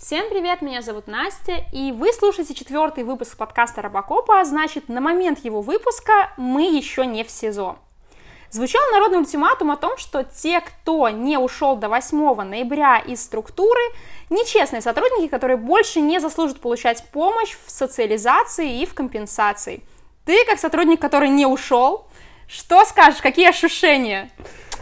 Всем привет, меня зовут Настя, и вы слушаете 4-й выпуск подкаста Робокопа, значит, на момент его выпуска мы еще не в СИЗО. Звучал народный ультиматум о том, что те, кто не ушел до 8 ноября из структуры, нечестные сотрудники, которые больше не заслужат получать помощь в социализации и в компенсации. Ты, как сотрудник, который не ушел, что скажешь, какие ощущения?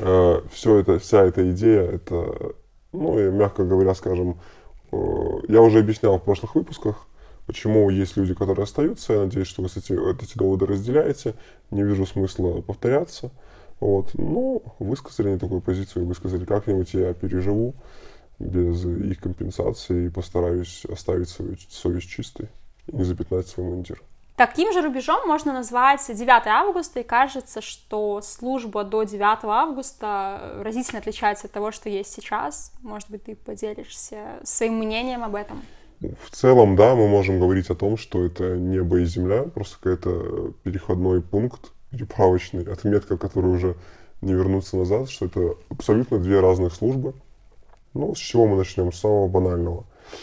Вся эта идея, это, мягко говоря, скажем, я уже объяснял в прошлых выпусках, почему есть люди, которые остаются. Я надеюсь, что вы эти доводы разделяете. Не вижу смысла повторяться. Но высказали не такую позицию, высказали как-нибудь я переживу без их компенсации и постараюсь оставить свою совесть чистой и не запятнать свой мундир. Таким же рубежом можно назвать 9 августа, и кажется, что служба до 9 августа разительно отличается от того, что есть сейчас. Может быть, ты поделишься своим мнением об этом? В целом, да, мы можем говорить о том, что это небо и земля, просто какой-то переходной пункт, переправочный, отметка, которую уже не вернуться назад, что это абсолютно две разных службы. С чего мы начнем? С самого банального.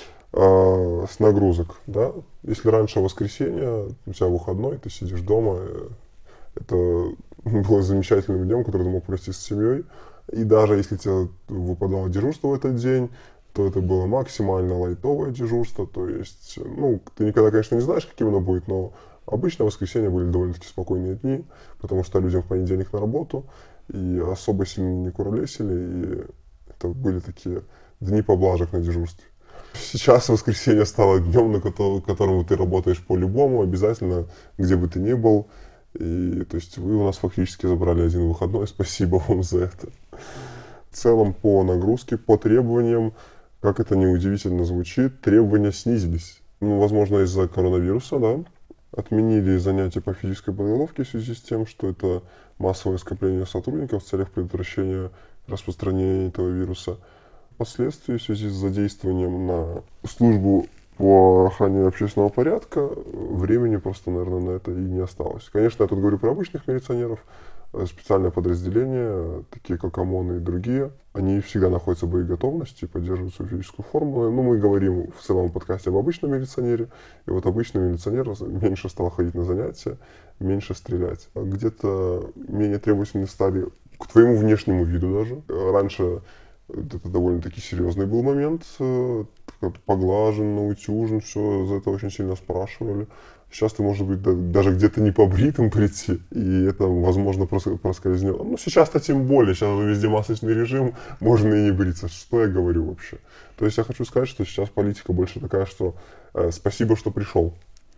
С нагрузок, да. Если раньше воскресенье, у тебя выходной, ты сидишь дома, это было замечательным днем, который ты мог провести с семьей. И даже если тебе выпадало дежурство в этот день, то это было максимально лайтовое дежурство. То есть, ты никогда, конечно, не знаешь, каким оно будет, но обычно воскресенье были довольно-таки спокойные дни, потому что людям в понедельник на работу, и особо сильно не куролесили, и это были такие дни поблажек на дежурстве. Сейчас воскресенье стало днем, на котором ты работаешь по-любому, обязательно, где бы ты ни был. И, то есть вы у нас фактически забрали один выходной, спасибо вам за это. В целом по нагрузке, по требованиям, как это неудивительно звучит, требования снизились. Возможно, из-за коронавируса, да. Отменили занятия по физической подготовке в связи с тем, что это массовое скопление сотрудников в целях предотвращения распространения этого вируса. Впоследствии, в связи с задействованием на службу по охране общественного порядка, времени просто, наверное, на это и не осталось. Конечно, я тут говорю про обычных милиционеров, специальные подразделения, такие как ОМОН и другие, они всегда находятся в боеготовности, поддерживают свою физическую форму. Мы говорим в целом подкасте об обычном милиционере, и обычный милиционер меньше стал ходить на занятия, меньше стрелять. Где-то менее требовательны стали к твоему внешнему виду даже. Раньше это довольно-таки серьезный был момент, поглажен, наутюжен, все за это очень сильно спрашивали. Сейчас ты, может быть, даже где-то не побритым прийти, и это, возможно, проскользнет. Сейчас-то тем более, сейчас уже везде масочный режим, можно и не бриться. Что я говорю вообще? То есть я хочу сказать, что сейчас политика больше такая, что спасибо, что пришел.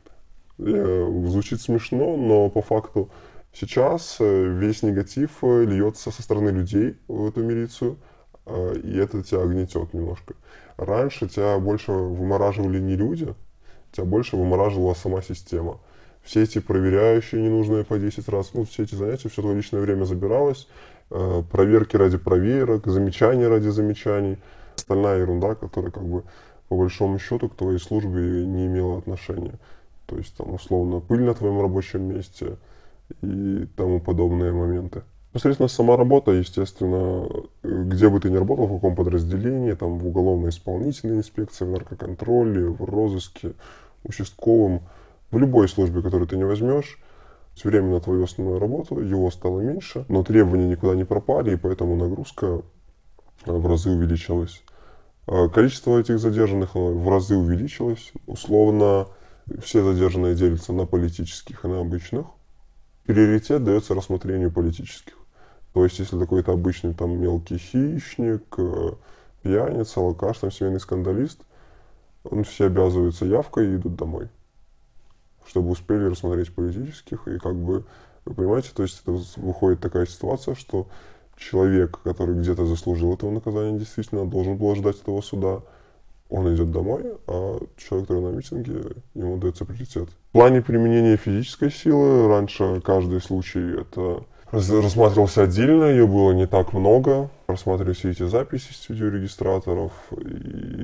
Звучит смешно, но по факту сейчас весь негатив льется со стороны людей в эту милицию, и это тебя гнетет немножко. Раньше тебя больше вымораживали не люди, тебя больше вымораживала сама система. Все эти проверяющие ненужные по 10 раз, все эти занятия, все твое личное время забиралось, проверки ради проверок, замечания ради замечаний, остальная ерунда, которая по большому счету к твоей службе не имела отношения. То есть условно пыль на твоем рабочем месте и тому подобные моменты. Непосредственно сама работа, естественно, где бы ты ни работал, в каком подразделении, в уголовно-исполнительной инспекции, в наркоконтроле, в розыске, участковом, в любой службе, которую ты не возьмешь, время на твою основную работу, его стало меньше, но требования никуда не пропали, и поэтому нагрузка в разы увеличилась. Количество этих задержанных в разы увеличилось. Условно, все задержанные делятся на политических и на обычных. Приоритет дается рассмотрению политических. То есть, если какой-то обычный мелкий хищник, пьяница, алкаш, семейный скандалист, все обязываются явкой и идут домой, чтобы успели рассмотреть политических. И вы понимаете, то есть это выходит такая ситуация, что человек, который где-то заслужил этого наказания, действительно должен был ждать этого суда, он идет домой, а человек, который на митинге, ему дается приоритет. В плане применения физической силы раньше каждый случай это рассматривался отдельно, ее было не так много. Рассматривали все эти записи с видеорегистраторов, и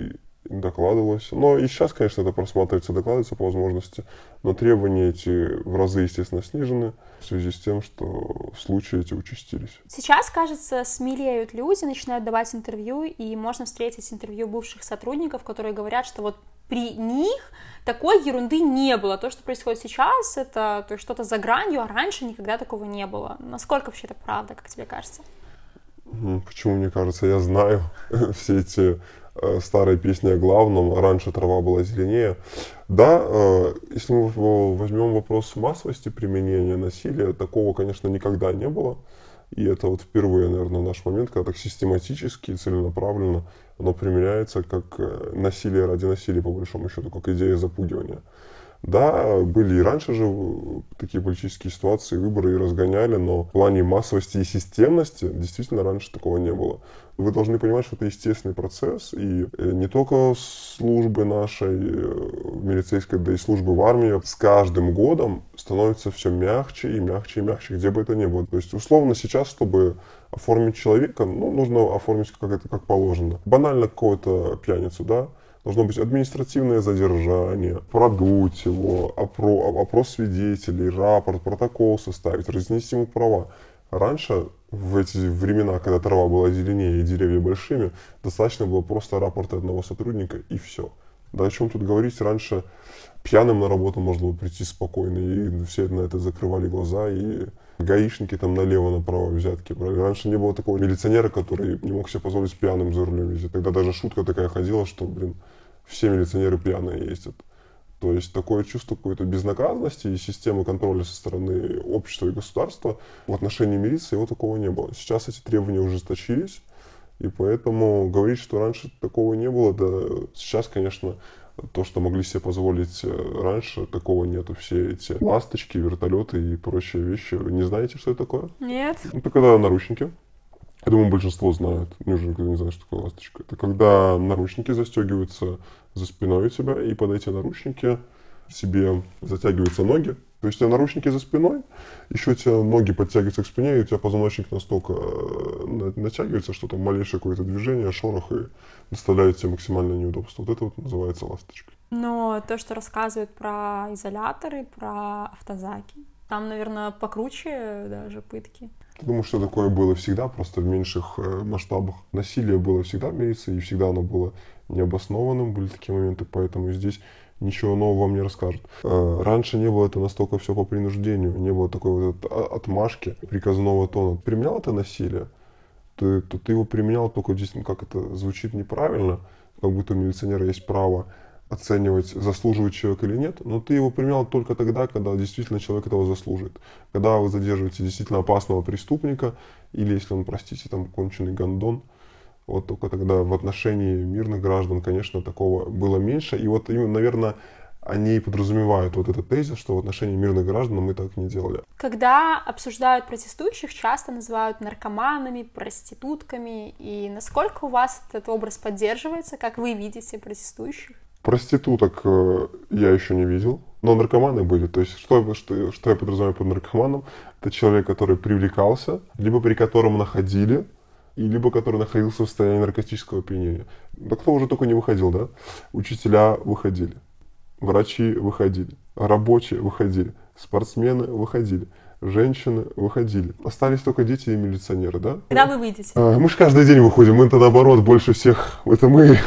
докладывалось. Но и сейчас, конечно, это просматривается, докладывается по возможности, но требования эти в разы, естественно, снижены в связи с тем, что случаи эти участились. Сейчас, кажется, смелеют люди, начинают давать интервью, и можно встретить интервью бывших сотрудников, которые говорят, что вот при них такой ерунды не было. То, что происходит сейчас, это то есть что-то за гранью, а раньше никогда такого не было. Насколько вообще это правда, как тебе кажется? Почему мне кажется? Я знаю все эти старые песни о главном, раньше трава была зеленее. Да, если мы возьмем вопрос массовости применения насилия, такого, конечно, никогда не было. И это вот впервые, наверное, наш момент, когда так систематически и целенаправленно оно применяется как насилие ради насилия, по большому счету, как идея запугивания. Да, были и раньше же такие политические ситуации, выборы и разгоняли, но в плане массовости и системности действительно раньше такого не было. Вы должны понимать, что это естественный процесс, и не только службы нашей милицейской, да и службы в армии с каждым годом становятся все мягче и мягче и мягче, где бы это ни было. То есть, условно, сейчас, чтобы оформить человека, нужно оформить как положено. Банально какого-то пьяницу, да? Должно быть административное задержание, продуть его, опрос свидетелей, рапорт, протокол составить, разнести ему права. Раньше, в эти времена, когда трава была зеленее и деревья большими, достаточно было просто рапорта одного сотрудника и все. Да о чем тут говорить, раньше пьяным на работу можно было прийти спокойно, и все на это закрывали глаза, и гаишники там налево-направо взятки брали. Раньше не было такого милиционера, который не мог себе позволить пьяным за рулем ездить. Тогда даже шутка такая ходила, что, все милиционеры пьяные ездят. То есть такое чувство какой-то безнаказанности и системы контроля со стороны общества и государства в отношении милиции его такого не было. Сейчас эти требования ужесточились, и поэтому говорить, что раньше такого не было, да сейчас, конечно, то, что могли себе позволить раньше, такого нету. Все эти ласточки, вертолеты и прочие вещи. Вы не знаете, что это такое? Нет. Это когда наручники. Я думаю, большинство знают. Неужели никто не знает, что такое ласточка? Это когда наручники застегиваются за спиной у тебя, и под эти наручники себе затягиваются ноги. То есть у тебя наручники за спиной, еще у тебя ноги подтягиваются к спине, и у тебя позвоночник настолько натягивается, что там малейшее какое-то движение, шорох, и доставляет тебе максимальное неудобство. Вот это вот называется ласточкой. Но то, что рассказывают про изоляторы, про автозаки, там, наверное, покруче даже пытки. Я думаю, что такое было всегда, просто в меньших масштабах. Насилие было всегда в милиции, и всегда оно было необоснованным, были такие моменты, поэтому здесь ничего нового вам не расскажут. Раньше не было это настолько все по принуждению, не было такой вот отмашки приказного тона. Применял это насилие, то ты его применял только действительно, как это звучит неправильно, как будто у милиционера есть право оценивать, заслуживает человек или нет, но ты его применял только тогда, когда действительно человек этого заслуживает. Когда вы задерживаете действительно опасного преступника, или если он, простите, там конченый гондон, вот только тогда в отношении мирных граждан, конечно, такого было меньше. И вот именно, наверное, они подразумевают вот этот тезис, что в отношении мирных граждан мы так не делали. Когда обсуждают протестующих, часто называют наркоманами, проститутками. И насколько у вас этот образ поддерживается, как вы видите протестующих? Проституток я еще не видел, но наркоманы были. То есть, что я подразумеваю под наркоманом? Это человек, который привлекался, либо при котором находили, и либо который находился в состоянии наркотического опьянения. Да кто уже только не выходил, да? Учителя выходили, врачи выходили, рабочие выходили, спортсмены выходили, женщины выходили. Остались только дети и милиционеры, да? Когда вы выйдете? Мы же каждый день выходим, мы-то наоборот больше всех. Это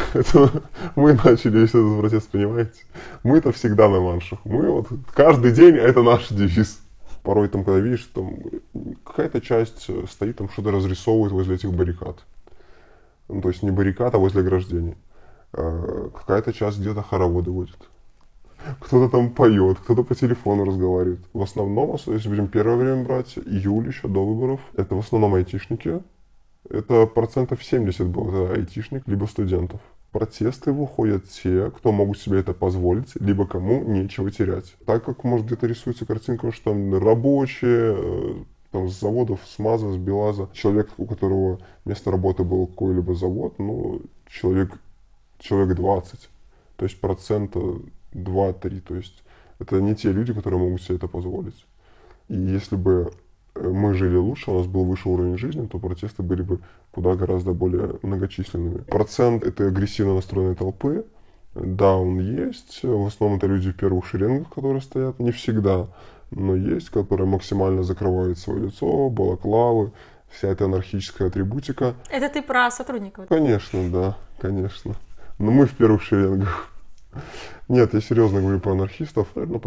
мы начали весь этот протест, понимаете? Мы-то всегда на маршах. Мы вот каждый день, это наш девиз. Порой там, когда видишь, там какая-то часть стоит, там что-то разрисовывает возле этих баррикад. Ну, то есть не баррикад, а возле ограждений. Какая-то часть где-то хороводы водит. Кто-то там поет, кто-то по телефону разговаривает. В основном, если будем первое время брать, июль еще до выборов, это в основном айтишники. Это 70% было айтишник, либо студентов. Протесты выходят те, кто могут себе это позволить, либо кому нечего терять. Так как, может, где-то рисуется картинка, что там рабочие, там, с заводов, с МАЗа, с БелАЗа, человек, у которого место работы был какой-либо завод, человек 20. То есть 2-3. То есть это не те люди, которые могут себе это позволить. И если бы мы жили лучше, у нас был выше уровень жизни, то протесты были бы куда гораздо более многочисленными. Процент этой агрессивно настроенной толпы, да, он есть. В основном это люди в первых шеренгах, которые стоят. Не всегда, но есть, которые максимально закрывают свое лицо, балаклавы, вся эта анархическая атрибутика. Это ты про сотрудников? Конечно, да, конечно. Но мы в первых шеренгах. Нет, я серьезно говорю про анархистов, наверное,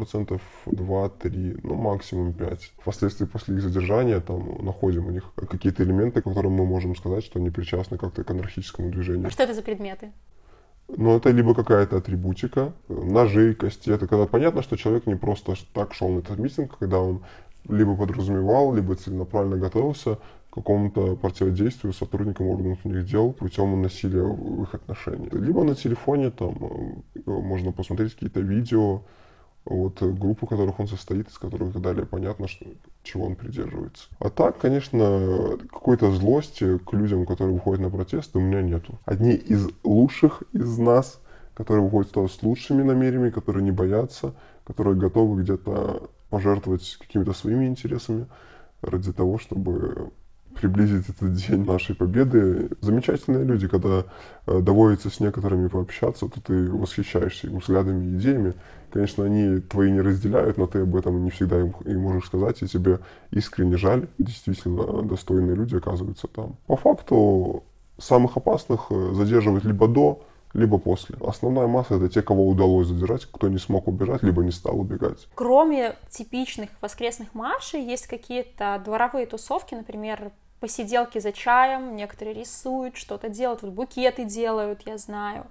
2-3%, ну, максимум 5%. Впоследствии, после их задержания, там, находим у них какие-то элементы, которым мы можем сказать, что они причастны как-то к анархическому движению. А что это за предметы? Ну, это либо какая-то атрибутика, ножи, кости. Это когда понятно, что человек не просто так шел на этот митинг, когда он либо подразумевал, либо целенаправленно готовился к какому-то противодействию сотрудникам органов внутренних дел путем насилия в их отношениях. Либо на телефоне, там, можно посмотреть какие-то видео, вот, группы, в которых он состоит, из которых далее понятно, что, чего он придерживается. А так, конечно, какой-то злости к людям, которые выходят на протесты, у меня нету. Одни из лучших из нас, которые выходят туда с лучшими намерениями, которые не боятся, которые готовы где-то пожертвовать какими-то своими интересами ради того, чтобы приблизить этот день нашей победы. Замечательные люди, когда доводится с некоторыми пообщаться, то ты восхищаешься их взглядами и идеями. Конечно, они твои не разделяют, но ты об этом не всегда им можешь сказать, и тебе искренне жаль. Действительно, достойные люди оказываются там. По факту, самых опасных задерживают либо до, либо после. Основная масса — это те, кого удалось задержать, кто не смог убежать, либо не стал убегать. Кроме типичных воскресных маршей, есть какие-то дворовые тусовки, например, посиделки за чаем, некоторые рисуют, что-то делают, вот букеты делают, я знаю.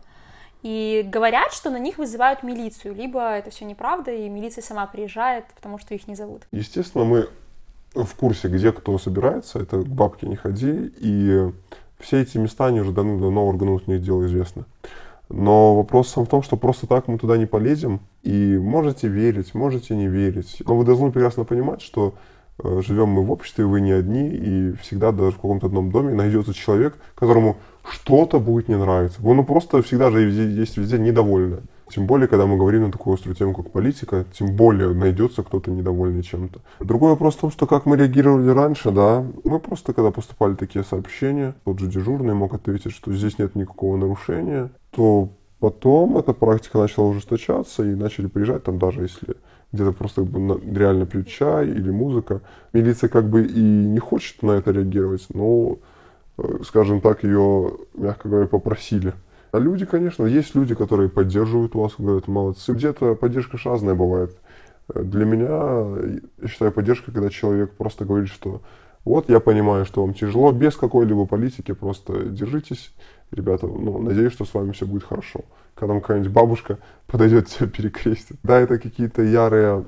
И говорят, что на них вызывают милицию, либо это все неправда, и милиция сама приезжает, потому что их не зовут. Естественно, мы в курсе, где кто собирается, это к бабке не ходи, и все эти места, они уже давно органам внутренних дел известны. Но вопрос сам в том, что просто так мы туда не полезем, и можете верить, можете не верить. Но вы должны прекрасно понимать, что живем мы в обществе, вы не одни, и всегда даже в каком-то одном доме найдется человек, которому что-то будет не нравиться. Ну просто всегда же есть везде недовольны. Тем более, когда мы говорим на такую острую тему, как политика, тем более найдется кто-то недовольный чем-то. Другой вопрос в том, что как мы реагировали раньше, да, мы просто, когда поступали такие сообщения, тот же дежурный мог ответить, что здесь нет никакого нарушения, то потом эта практика начала ужесточаться, и начали приезжать там, даже если где-то просто реально пьют чай или музыка. Милиция как бы и не хочет на это реагировать, но, скажем так, ее, мягко говоря, попросили. А люди, конечно, есть люди, которые поддерживают вас, говорят, молодцы. Где-то поддержка разная бывает. Для меня, я считаю, поддержка, когда человек просто говорит, что вот, я понимаю, что вам тяжело, без какой-либо политики, просто держитесь, ребята, ну, надеюсь, что с вами все будет хорошо. Когда там какая-нибудь бабушка подойдет, тебя перекрестит. Да, это какие-то ярые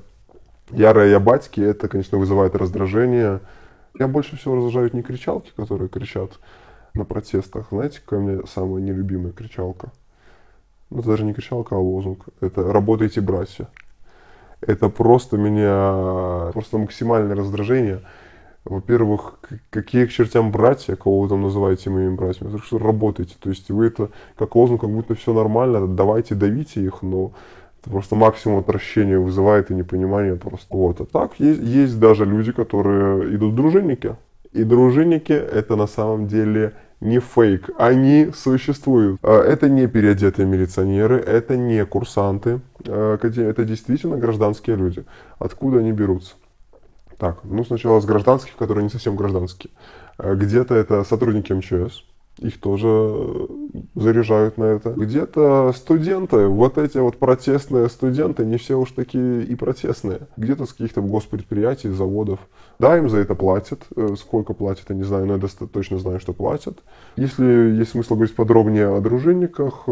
ябатьки, это, конечно, вызывает раздражение. Я больше всего раздражают не кричалки, которые кричат на протестах. Знаете, какая у меня самая нелюбимая кричалка? Ну, это даже не кричалка, а лозунг. Это «Работайте, братья». Это просто максимальное раздражение. Во-первых, какие к чертям братья, кого вы там называете моими братьями? Что работаете. То есть вы это как лозунг, как будто все нормально, давайте, давите их, но это просто максимум отвращения вызывает и непонимание просто. Вот. А так есть даже люди, которые идут дружинники. И дружинники — это на самом деле не фейк, они существуют. Это не переодетые милиционеры, это не курсанты, это действительно гражданские люди. Откуда они берутся? Так, ну сначала с гражданских, которые не совсем гражданские. Где-то это сотрудники МЧС, их тоже заряжают на это. Где-то студенты, вот эти вот протестные студенты, не все уж такие и протестные. Где-то с каких-то госпредприятий, заводов. Да, им за это платят. Сколько платят, я не знаю, но я точно знаю, что платят. Если есть смысл говорить подробнее о дружинниках,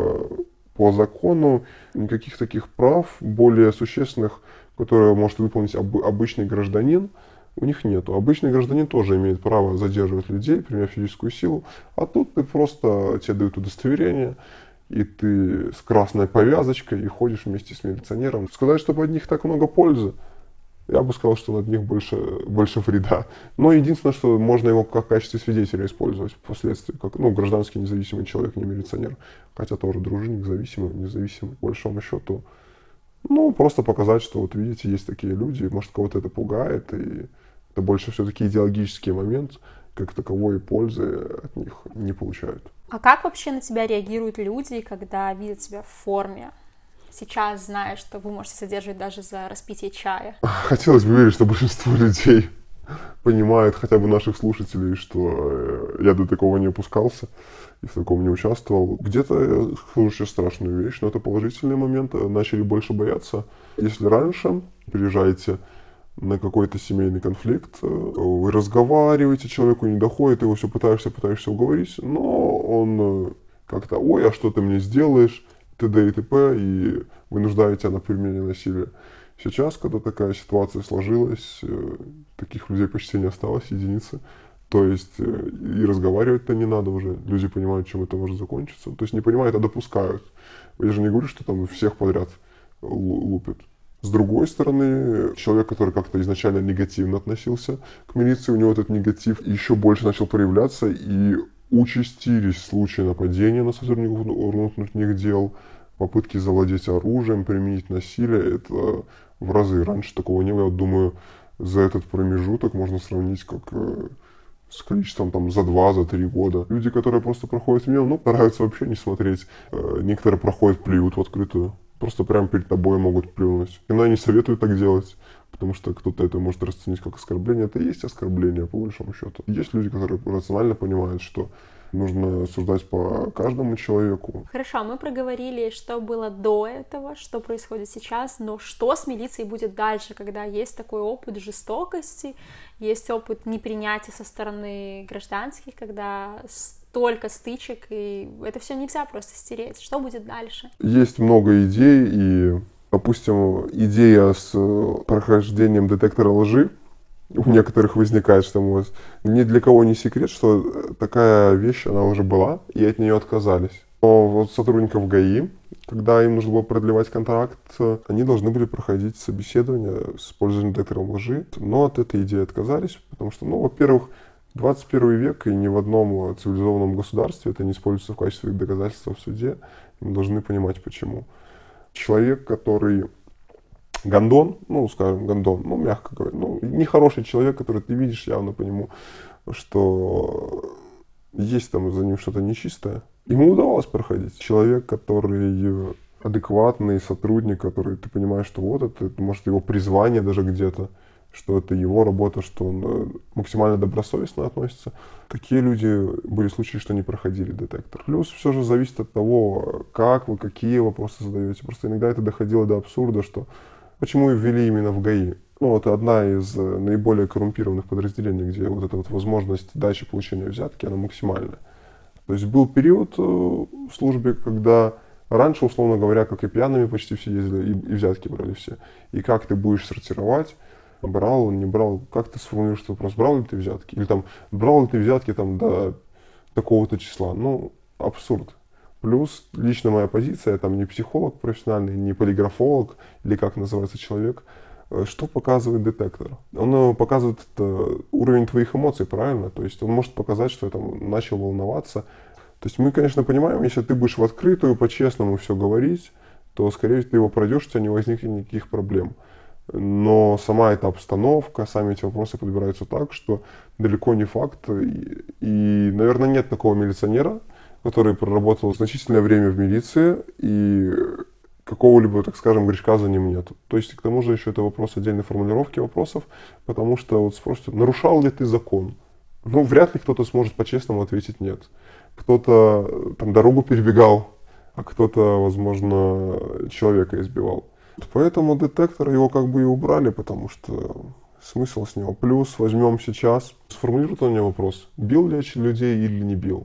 по закону никаких таких прав более существенных, которые может выполнить обычный гражданин, у них нету. Обычный гражданин тоже имеет право задерживать людей, применяя физическую силу, а тут ты просто, тебе дают удостоверение, и ты с красной повязочкой и ходишь вместе с милиционером. Сказать, что от них так много пользы, я бы сказал, что от них больше вреда. Но единственное, что можно его как в качестве свидетеля использовать впоследствии, как гражданский независимый человек, не милиционер, хотя тоже дружинник, зависимый, независимый, по большому счету. Просто показать, что вот видите, есть такие люди, может, кого-то это пугает, и Это больше все-таки идеологический момент, как таковой пользы от них не получают. А как вообще на тебя реагируют люди, когда видят тебя в форме? Сейчас зная, что вы можете задерживать даже за распитие чая. Хотелось бы верить, что большинство людей понимают, хотя бы наших слушателей, что я до такого не опускался и в таком не участвовал. Где-то я скажу сейчас страшную вещь, но это положительный момент. Начали больше бояться. Если раньше приезжаете на какой-то семейный конфликт, вы разговариваете, человеку не доходит, ты его все пытаешься уговорить, но он как-то, ой, а что ты мне сделаешь, т.д. и т.п., и вынуждаете на применение насилия. Сейчас, когда такая ситуация сложилась, таких людей почти не осталось, единицы. То есть и разговаривать-то не надо уже. Люди понимают, чем это может закончиться. То есть не понимают, а допускают. Я же не говорю, что там всех подряд лупят. С другой стороны, человек, который как-то изначально негативно относился к милиции, у него этот негатив еще больше начал проявляться, и участились случаи нападения на сотрудников внутренних дел, попытки завладеть оружием, применить насилие. Это в разы. Раньше такого не было. Я думаю, за этот промежуток можно сравнить как с количеством там за 2-3 года. Люди, которые просто проходят мимо, стараются вообще не смотреть. Некоторые проходят, плюют в открытую. Просто прямо перед тобой могут плюнуть. Иногда не советую так делать, потому что кто-то это может расценить как оскорбление. Это и есть оскорбление, по большому счету. Есть люди, которые рационально понимают, что нужно осуждать по каждому человеку. Хорошо, мы проговорили, что было до этого, что происходит сейчас, но что с милицией будет дальше, когда есть такой опыт жестокости, есть опыт непринятия со стороны гражданских, когда столько стычек, и это все нельзя просто стереть. Что будет дальше? Есть много идей, и, допустим, идея с прохождением детектора лжи у некоторых возникает, что ни для кого не секрет, что такая вещь, она уже была, и от нее отказались. Но вот сотрудников ГАИ, когда им нужно было продлевать контракт, они должны были проходить собеседование с использованием детектора лжи, но от этой идеи отказались, потому что, во-первых, 21 век, и ни в одном цивилизованном государстве это не используется в качестве доказательства в суде, мы должны понимать, почему. Человек, который гондон, гондон, мягко говоря, нехороший человек, который ты видишь явно по нему, что есть там за ним что-то нечистое. Ему удавалось проходить. Человек, который адекватный сотрудник, который ты понимаешь, что вот это, может, его призвание даже где-то, что это его работа, что он максимально добросовестно относится. Такие люди, были случаи, что не проходили детектор. Плюс все же зависит от того, как вы, какие вопросы задаете. Просто иногда это доходило до абсурда, что почему ввели именно в ГАИ. Это одна из наиболее коррумпированных подразделений, где вот эта вот возможность дачи получения взятки, она максимальная. То есть был период в службе, когда раньше, условно говоря, как и пьяными почти все ездили, и взятки брали все. И как ты будешь сортировать, брал он, не брал, как ты сформулируешь вопрос, брал ли ты взятки? Или там, брал ли ты взятки до такого-то числа? Абсурд. Плюс лично моя позиция, я там не психолог профессиональный, не полиграфолог, или как называется человек. Что показывает детектор? Он показывает уровень твоих эмоций, правильно? То есть он может показать, что я там начал волноваться. То есть мы, конечно, понимаем, если ты будешь в открытую, по-честному все говорить, то, скорее всего, ты его пройдешь, у тебя не возникнет никаких проблем. Но сама эта обстановка, сами эти вопросы подбираются так, что далеко не факт. И, наверное, нет такого милиционера, который проработал значительное время в милиции, и какого-либо, так скажем, грешка за ним нет. То есть, к тому же, еще это вопрос отдельной формулировки вопросов, потому что спросят, нарушал ли ты закон? Вряд ли кто-то сможет по-честному ответить нет. Кто-то там дорогу перебегал, а кто-то, возможно, человека избивал. Поэтому детектор его как бы и убрали, потому что смысл с него. Плюс возьмем сейчас, сформулирует он мне вопрос, бил ли я людей или не бил?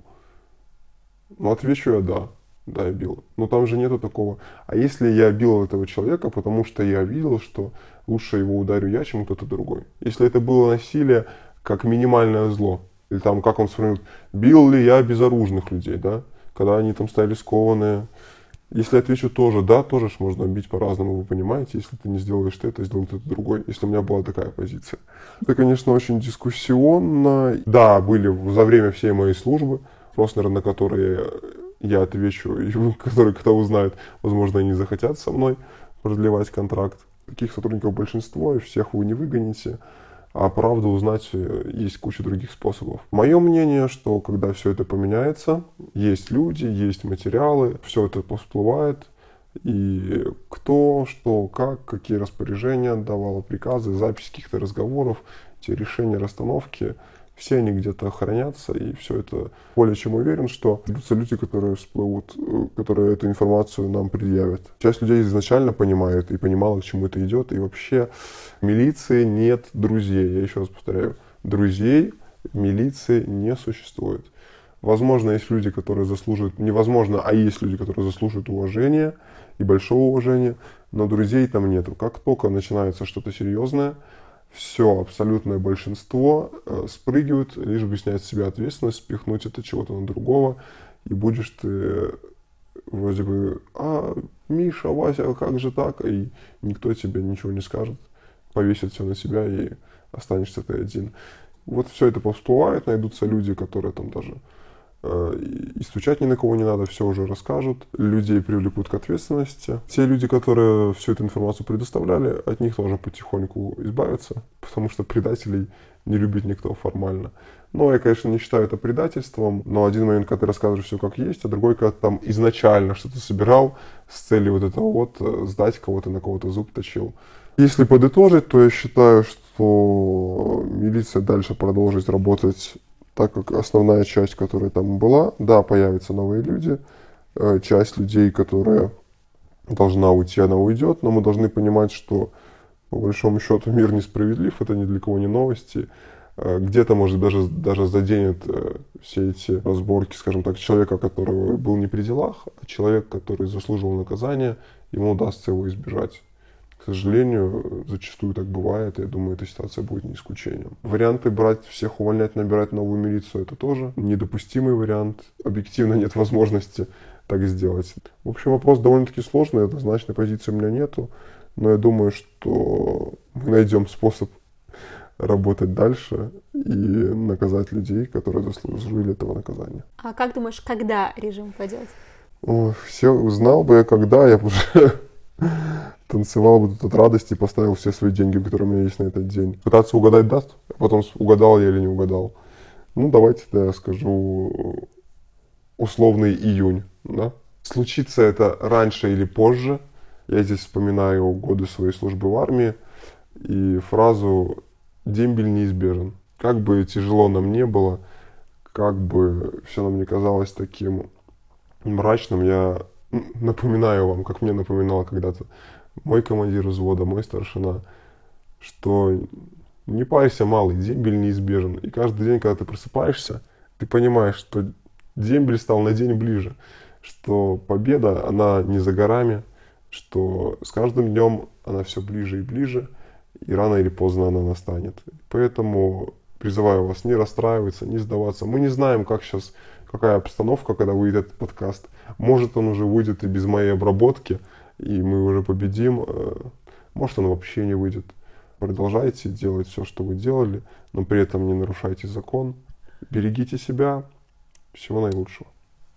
Отвечу я да. Да, я бил. Но там же нету такого. А если я бил этого человека, потому что я видел, что лучше его ударю я, чем кто-то другой? Если это было насилие как минимальное зло, или там, как он сформулирует, бил ли я безоружных людей, да? Когда они там стояли скованные. Если отвечу тоже да, тоже можно бить по-разному, вы понимаете. Если ты не сделаешь это, сделает кто-то другой. Если у меня была такая позиция. Это, конечно, очень дискуссионно. Да, были за время всей моей службы. Вопрос, наверное, на который я отвечу, и которые, кто узнает, возможно, они захотят со мной продлевать контракт. Таких сотрудников большинство, и всех вы не выгоните. А правду узнать есть куча других способов. Мое мнение, что когда все это поменяется, есть люди, есть материалы, все это всплывает, и кто, что, как, какие распоряжения отдавал, приказы, записи каких-то разговоров, те решения, расстановки, все они где-то хранятся, и все это более чем уверен, что будут люди, которые всплывут, которые эту информацию нам предъявят. Часть людей изначально понимает и понимала, к чему это идет, и вообще в милиции нет друзей. Я еще раз повторяю, друзей в милиции не существует. Возможно, есть люди, которые заслуживают, невозможно, а есть люди, которые заслуживают уважения и большого уважения, но друзей там нету. Как только начинается что-то серьезное, все, абсолютное большинство спрыгивают, лишь бы снять с себя ответственность, спихнуть это чего-то на другого, и будешь ты вроде бы, Миша, Вася, как же так? И никто тебе ничего не скажет, повесит все на себя, и останешься ты один. Вот все это повсплывает, найдутся люди, которые там даже и стучать ни на кого не надо, все уже расскажут, людей привлекут к ответственности. Те люди, которые всю эту информацию предоставляли, от них тоже потихоньку избавиться, потому что предателей не любит никто формально. Но я, конечно, не считаю это предательством, но один момент, когда ты рассказываешь все как есть, а другой, когда ты там изначально что-то собирал с целью вот этого вот, сдать кого-то, на кого-то зуб точил. Если подытожить, то я считаю, что милиция дальше продолжит работать так как основная часть, которая там была, да, появятся новые люди, часть людей, которая должна уйти, она уйдет, но мы должны понимать, что по большому счету мир несправедлив, это ни для кого не новости. Где-то, может, даже заденет все эти разборки, скажем так, человека, который был не при делах, а человек, который заслуживал наказания, ему удастся его избежать. К сожалению, зачастую так бывает, и я думаю, эта ситуация будет не исключением. Варианты брать всех, увольнять, набирать новую милицию, это тоже недопустимый вариант. Объективно нет возможности так сделать. В общем, вопрос довольно-таки сложный, однозначной позиции у меня нету, но я думаю, что мы найдем способ работать дальше и наказать людей, которые заслужили этого наказания. А как думаешь, когда режим пойдет? Все узнал бы я, когда я бы уже танцевал бы тут от радости и поставил все свои деньги, которые у меня есть на этот день. Пытаться угадать даст, а потом угадал я или не угадал. Ну, давайте я скажу условный июнь, да? Случится это раньше или позже. Я здесь вспоминаю годы своей службы в армии и фразу «дембель неизбежен». Как бы тяжело нам не было, как бы все нам не казалось таким мрачным, я напоминаю вам, как мне напоминал когда-то мой командир взвода, мой старшина, что не парься, малый, дембель неизбежен. И каждый день, когда ты просыпаешься, ты понимаешь, что дембель стал на день ближе, что победа, она не за горами, что с каждым днем она все ближе и ближе, и рано или поздно она настанет. Поэтому призываю вас не расстраиваться, не сдаваться. Мы не знаем, как сейчас, какая обстановка, когда выйдет этот подкаст. Может, он уже выйдет и без моей обработки, и мы уже победим. Может, он вообще не выйдет. Продолжайте делать все, что вы делали, но при этом не нарушайте закон. Берегите себя. Всего наилучшего.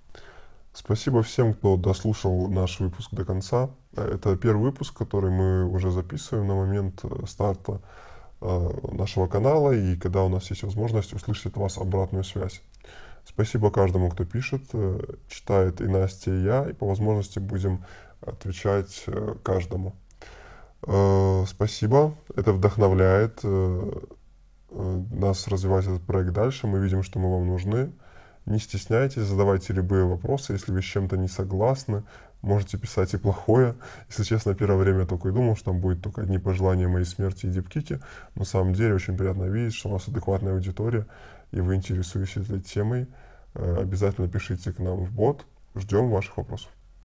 Спасибо всем, кто дослушал наш выпуск до конца. Это первый выпуск, который мы уже записываем на момент старта нашего канала, и когда у нас есть возможность услышать от вас обратную связь. Спасибо каждому, кто пишет, читает и Настя, и я, и по возможности будем отвечать каждому. Спасибо, это вдохновляет нас развивать этот проект дальше, мы видим, что мы вам нужны. Не стесняйтесь, задавайте любые вопросы, если вы с чем-то не согласны, можете писать и плохое. Если честно, первое время я только и думал, что там будет только одни пожелания моей смерти и дипкики. На самом деле очень приятно видеть, что у нас адекватная аудитория, и вы интересуетесь этой темой. Обязательно пишите к нам в бот. Ждем ваших вопросов.